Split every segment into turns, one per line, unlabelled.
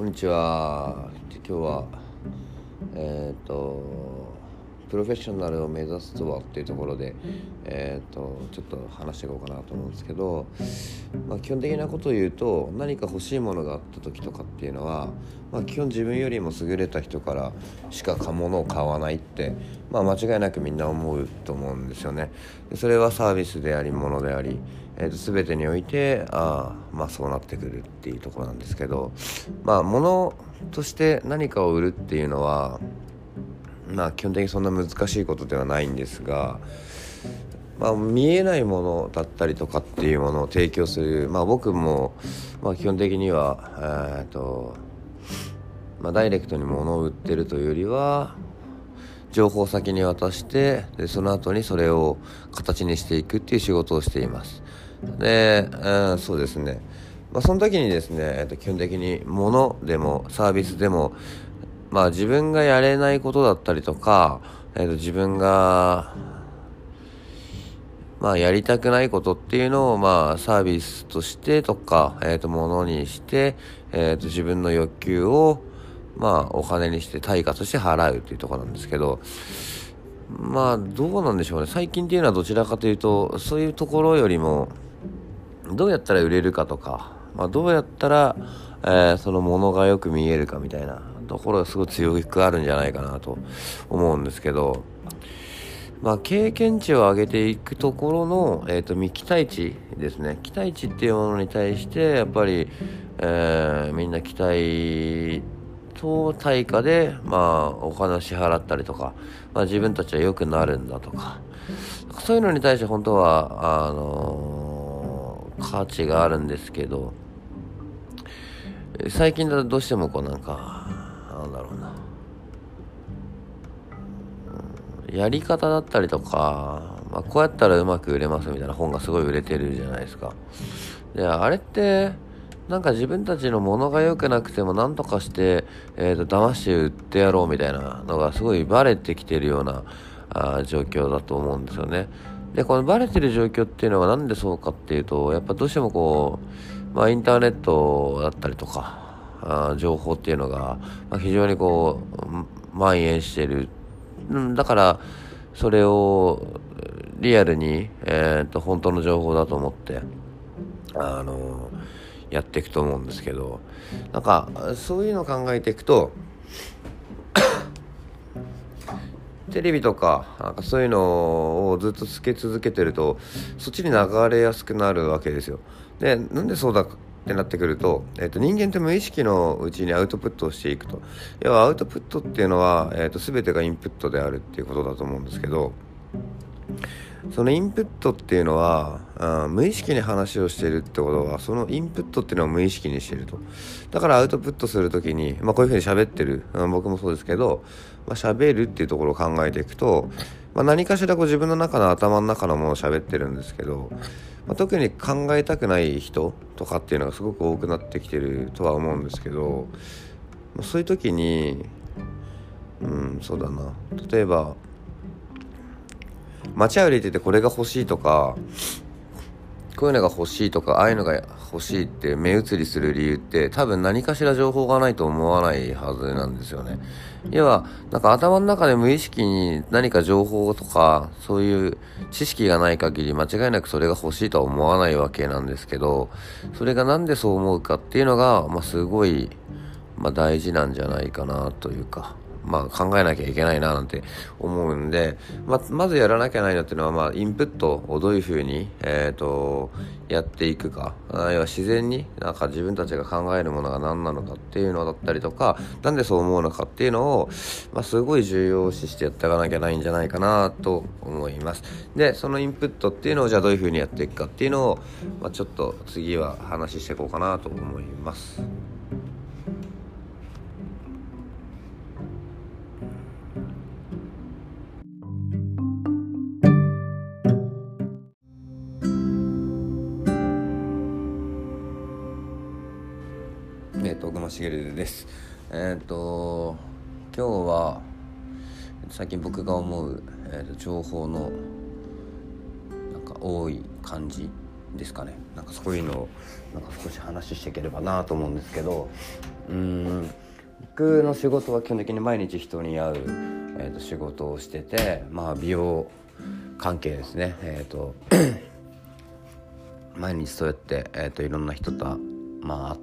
こんにちは。今日はプロフェッショナルを目指すとはっていうところでちょっと話していこうかなと思うんですけど、基本的なことを言うと、何か欲しいものがあった時とかっていうのは、基本自分よりも優れた人からしか物を買わないって、間違いなくみんな思うと思うんですよね。でそれはサービスであり物であり、全てにおいてそうなってくるっていうところなんですけど、物として何かを売るっていうのは基本的にそんな難しいことではないんですが、見えないものだったりとかっていうものを提供する、僕も、基本的にはダイレクトに物を売ってるというよりは情報を先に渡して、でその後にそれを形にしていくっていう仕事をしています。で、そうですね、その時にですね、基本的に物でもサービスでも自分がやれないことだったりとか、自分がやりたくないことっていうのをサービスとしてとか、ものにして、自分の欲求をお金にして対価として払うっていうところなんですけど、どうなんでしょうね。最近っていうのはどちらかというと、そういうところよりもどうやったら売れるかとか、どうやったら、そのものがよく見えるかみたいなところがすごい強くあるんじゃないかなと思うんですけど、経験値を上げていくところの、期待値ですね。期待値っていうものに対してやっぱり、みんな期待と対価でお金を支払ったりとか、自分たちは良くなるんだとか、そういうのに対して本当は価値があるんですけど、最近だとどうしてもなんだろうな、やり方だったりとか、こうやったらうまく売れますみたいな本がすごい売れてるじゃないですか。で、あれって自分たちのものが良くなくても何とかして、騙して売ってやろうみたいなのがすごいバレてきてるような状況だと思うんですよね。で、このバレてる状況っていうのはなんでそうかっていうと、やっぱどうしてもインターネットだったりとか情報っていうのが、非常に蔓延してる。だからそれをリアルに、本当の情報だと思ってやっていくと思うんですけど、そういうのを考えていくと、テレビとかそういうのをずっとつけ続けてると、そっちに流れやすくなるわけですよ。で、なんでそうだってなってくると、人間って無意識のうちにアウトプットをしていくと。要はアウトプットっていうのは、全てがインプットであるっていうことだと思うんですけど、そのインプットっていうのは無意識に話をしているってことは、そのインプットっていうのを無意識にしていると。だからアウトプットするときに、こういうふうに喋ってる、僕もそうですけど、喋るっていうところを考えていくと、何かしら自分の中の頭の中のものを喋ってるんですけど、特に考えたくない人とかっていうのがすごく多くなってきてるとは思うんですけど、そういう時にそうだな、例えば街歩いててこれが欲しいとか、こういうのが欲しいとか、ああいうのが欲しいって目移りする理由って、多分何かしら情報がないと思わないはずなんですよね。要は頭の中で無意識に何か情報とかそういう知識がない限り、間違いなくそれが欲しいとは思わないわけなんですけど、それがなんでそう思うかっていうのがすごい大事なんじゃないかなというか、考えなきゃいけないななんて思うんで、まずやらなきゃないなっていうのは、インプットをどういうふうに、やっていくか。要は自然に自分たちが考えるものが何なのかっていうのだったりとか、なんでそう思うのかっていうのを、すごい重要視してやっていかなきゃないんじゃないかなと思います。で、そのインプットっていうのをじゃあどういうふうにやっていくかっていうのを、ちょっと次は話していこうかなと思います。小熊茂です。今日は最近僕が思う、情報の多い感じですかね。なんかそういうのをなんか少し話していければなと思うんですけど、僕の仕事は基本的に毎日人に会う、仕事をしてて、美容関係ですね。毎日そうやって、いろんな人と、会って、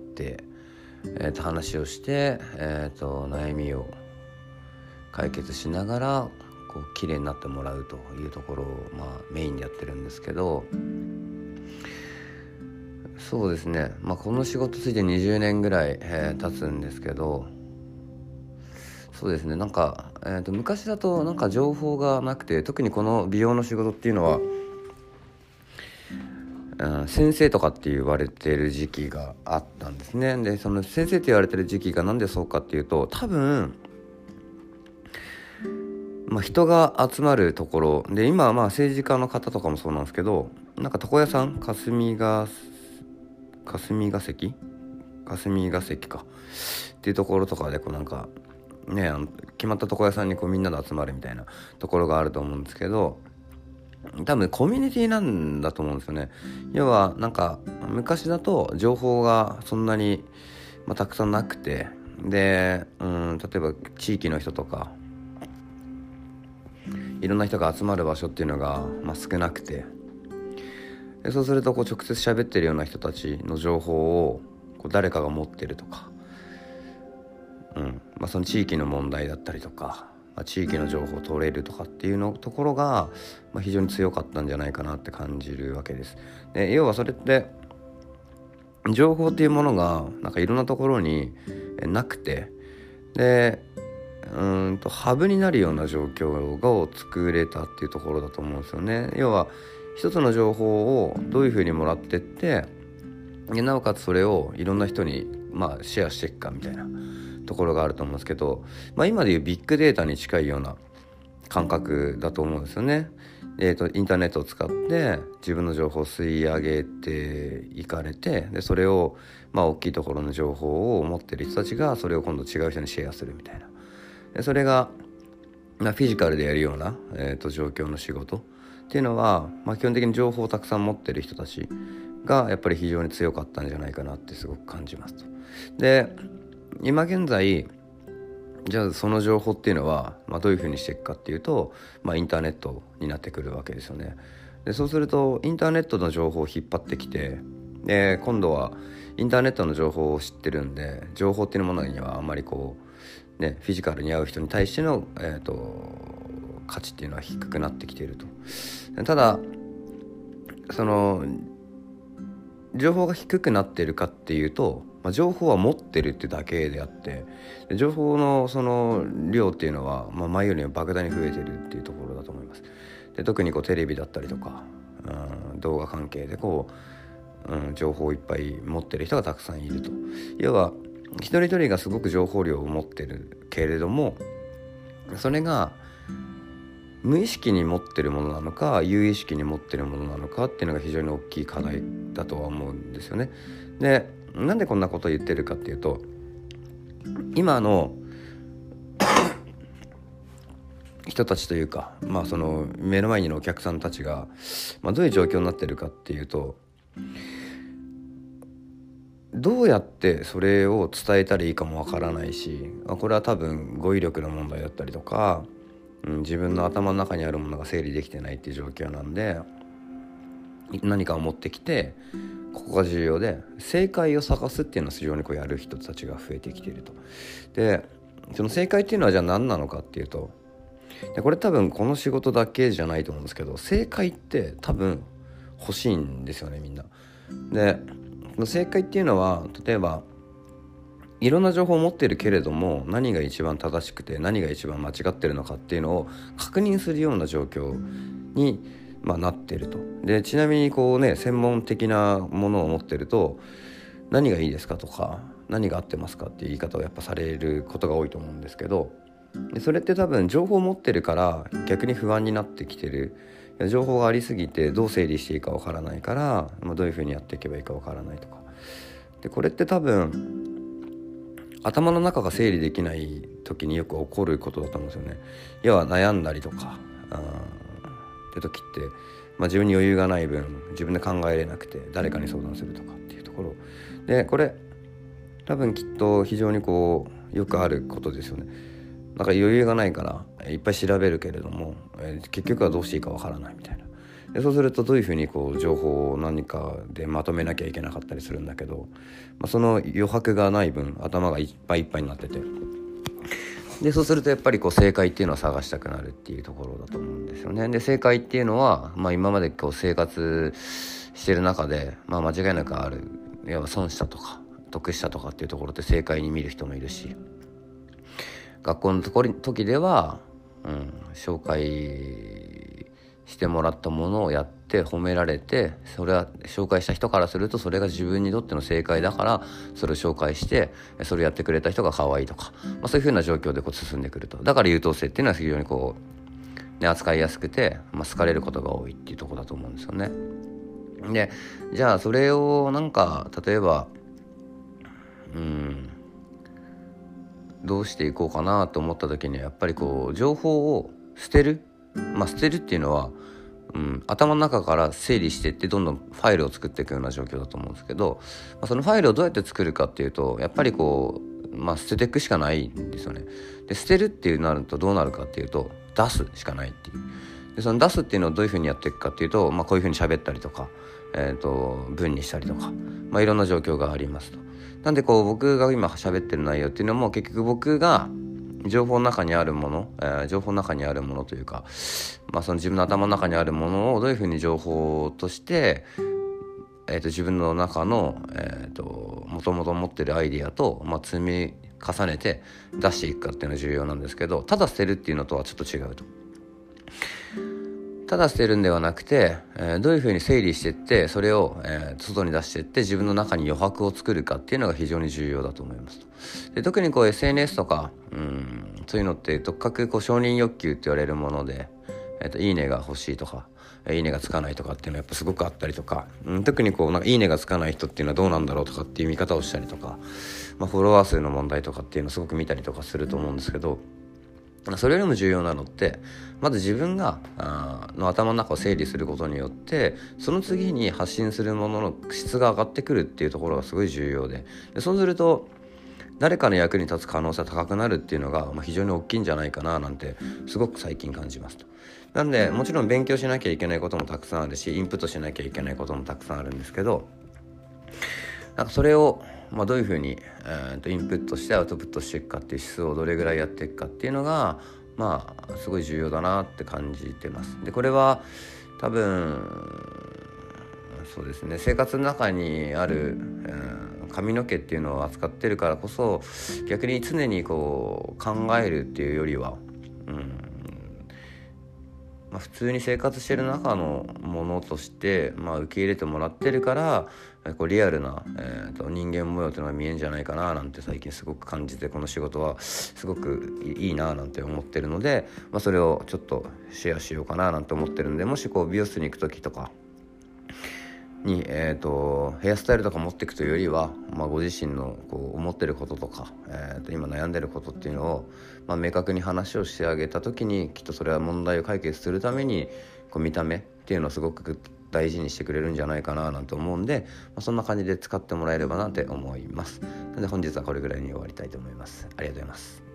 話をして、悩みを解決しながらこう綺麗になってもらうというところを、メインでやってるんですけど、そうですね、この仕事ついて20年ぐらい、経つんですけど、そうですね、なんか、昔だとなんか情報がなくて、特にこの美容の仕事っていうのは、先生とかって言われてる時期があったんですね。でその先生って言われてる時期がなんでそうかっていうと、多分人が集まるところで、今は政治家の方とかもそうなんですけど、なんか床屋さん、霞が関かっていうところとかでこうなんかね、決まった床屋さんにこうみんなで集まるみたいなところがあると思うんですけど、多分コミュニティなんだと思うんですよね。要はなんか昔だと情報がそんなに、たくさんなくて、で例えば地域の人とかいろんな人が集まる場所っていうのが、少なくて、でそうするとこう直接喋ってるような人たちの情報をこう誰かが持ってるとか、その地域の問題だったりとか、地域の情報を取れるとかっていうのところが、非常に強かったんじゃないかなって感じるわけです。で要はそれって情報っていうものがなんかいろんなところになくて、でハブになるような状況を作れたっていうところだと思うんですよね。要は一つの情報をどういうふうにもらってって、なおかつそれをいろんな人にシェアしていくかみたいなところがあると思うんですけど、今でいうビッグデータに近いような感覚だと思うんですよね。インターネットを使って自分の情報を吸い上げていかれて、でそれを大きいところの情報を持ってる人たちがそれを今度違う人にシェアするみたいな、でそれが、フィジカルでやるような、状況の仕事っていうのは、基本的に情報をたくさん持ってる人たちがやっぱり非常に強かったんじゃないかなってすごく感じますと。で今現在じゃあその情報っていうのは、どういうふうにしていくかっていうと、インターネットになってくるわけですよね。でそうするとインターネットの情報を引っ張ってきて、で今度はインターネットの情報を知ってるんで、情報っていうものにはあんまりこうね、フィジカルに合う人に対しての、価値っていうのは低くなってきていると。ただその情報が低くなっているかっていうと、情報は持ってるってだけであって、情報のその量っていうのは、前よりも莫大に増えてるっていうところだと思います。で特にこうテレビだったりとか、動画関係でこう、情報をいっぱい持ってる人がたくさんいると。要は一人一人がすごく情報量を持ってるけれども、それが無意識に持ってるものなのか有意識に持ってるものなのかっていうのが非常に大きい課題だとは思うんですよね。でなんでこんなことを言ってるかっていうと、今の人たちというか、その目の前にいるお客さんたちが、どういう状況になってるかっていうと、どうやってそれを伝えたらいいかもわからないし、これは多分語彙力の問題だったりとか、自分の頭の中にあるものが整理できてないっていう状況なんで、何かを持ってきてここが重要で、正解を探すっていうのを非常にこうやる人たちが増えてきていると。でその正解っていうのはじゃあ何なのかっていうと、でこれ多分この仕事だけじゃないと思うんですけど、正解って多分欲しいんですよね、みんな。で正解っていうのは、例えばいろんな情報を持ってるけれども、何が一番正しくて何が一番間違ってるのかっていうのを確認するような状況に、なってると。でちなみにこうね、専門的なものを持ってると、何がいいですかとか何が合ってますかっていう言い方をやっぱされることが多いと思うんですけど、でそれって多分情報を持ってるから逆に不安になってきてる。情報がありすぎてどう整理していいかわからないから、どういうふうにやっていけばいいかわからないとか。でこれって多分頭の中が整理できない時によく起こることだと思うんですよね。要は悩んだりとか、 て時って、自分に余裕がない分自分で考えれなくて誰かに相談するとかっていうところで、これ多分きっと非常によくあることですよね。なんか余裕がないからいっぱい調べるけれども、結局はどうしていいかわからないみたいな。でそうするとどういうふうに情報を何かでまとめなきゃいけなかったりするんだけど、その余白がない分頭がいっぱいいっぱいになってて、でそうするとやっぱり正解っていうのを探したくなるっていうところだと思うんですよね。で正解っていうのは、今まで生活してる中で、間違いなくある、いわば損したとか得したとかっていうところで正解に見る人もいるし、学校の時では、紹介してもらったものをやって褒められて、それは紹介した人からするとそれが自分にとっての正解だからそれを紹介してそれをやってくれた人が可愛いとか、そういう風な状況で進んでくると。だから優等生っていうのは非常に扱いやすくて、好かれることが多いっていうところだと思うんですよね。でじゃあそれを例えばどうしていこうかなと思った時にはやっぱり情報を捨てる、捨てるっていうのは、頭の中から整理していってどんどんファイルを作っていくような状況だと思うんですけど、そのファイルをどうやって作るかっていうとやっぱり捨てていくしかないんですよね。で捨てるっていうなるとどうなるかっていうと出すしかないっていう。でその出すっていうのをどういうふうにやっていくかっていうと、こういうふうに喋ったりとか、文にしたりとか、いろんな状況がありますと。なんで僕が今喋ってる内容っていうのも結局僕が情報の中にあるもの、情報の中にあるものというか、その自分の頭の中にあるものをどういうふうに情報として、自分の中のもともと持ってるアイディアと、積み重ねて出していくかっていうのが重要なんですけど、ただ捨てるっていうのとはちょっと違うと。ただ捨てるんではなくて、どういうふうに整理していってそれを、外に出していって自分の中に余白を作るかっていうのが非常に重要だと思いますと。で特にSNS とかそういうのってとかく承認欲求って言われるもので、いいねが欲しいとかいいねがつかないとかっていうのはやっぱすごくあったりとか、特にいいねがつかない人っていうのはどうなんだろうとかっていう見方をしたりとか、フォロワー数の問題とかっていうのをすごく見たりとかすると思うんですけど、それよりも重要なのってまず自分がの頭の中を整理することによってその次に発信するものの質が上がってくるっていうところがすごい重要で、そうすると誰かの役に立つ可能性が高くなるっていうのが、非常に大きいんじゃないかななんてすごく最近感じますと。なんでもちろん勉強しなきゃいけないこともたくさんあるしインプットしなきゃいけないこともたくさんあるんですけど、それをどういうふうに、インプットしてアウトプットしていくかっていう指数をどれぐらいやっていくかっていうのがすごい重要だなって感じてます。でこれは多分そうですね、生活の中にある、髪の毛っていうのを扱ってるからこそ逆に常に考えるっていうよりは、普通に生活してる中のものとして、受け入れてもらってるからリアルな、人間模様っていうのが見えんじゃないかななんて最近すごく感じて、この仕事はすごくいいななんて思ってるので、それをちょっとシェアしようかななんて思ってるんで、もし美容室に行く時とかに、ヘアスタイルとか持っていくというよりは、ご自身の思ってることとか、今悩んでることっていうのを、明確に話をしてあげた時にきっとそれは問題を解決するために見た目っていうのをすごく大事にしてくれるんじゃないかななんて思うんで、そんな感じで使ってもらえればなって思います。なので本日はこれぐらいに終わりたいと思います。ありがとうございます。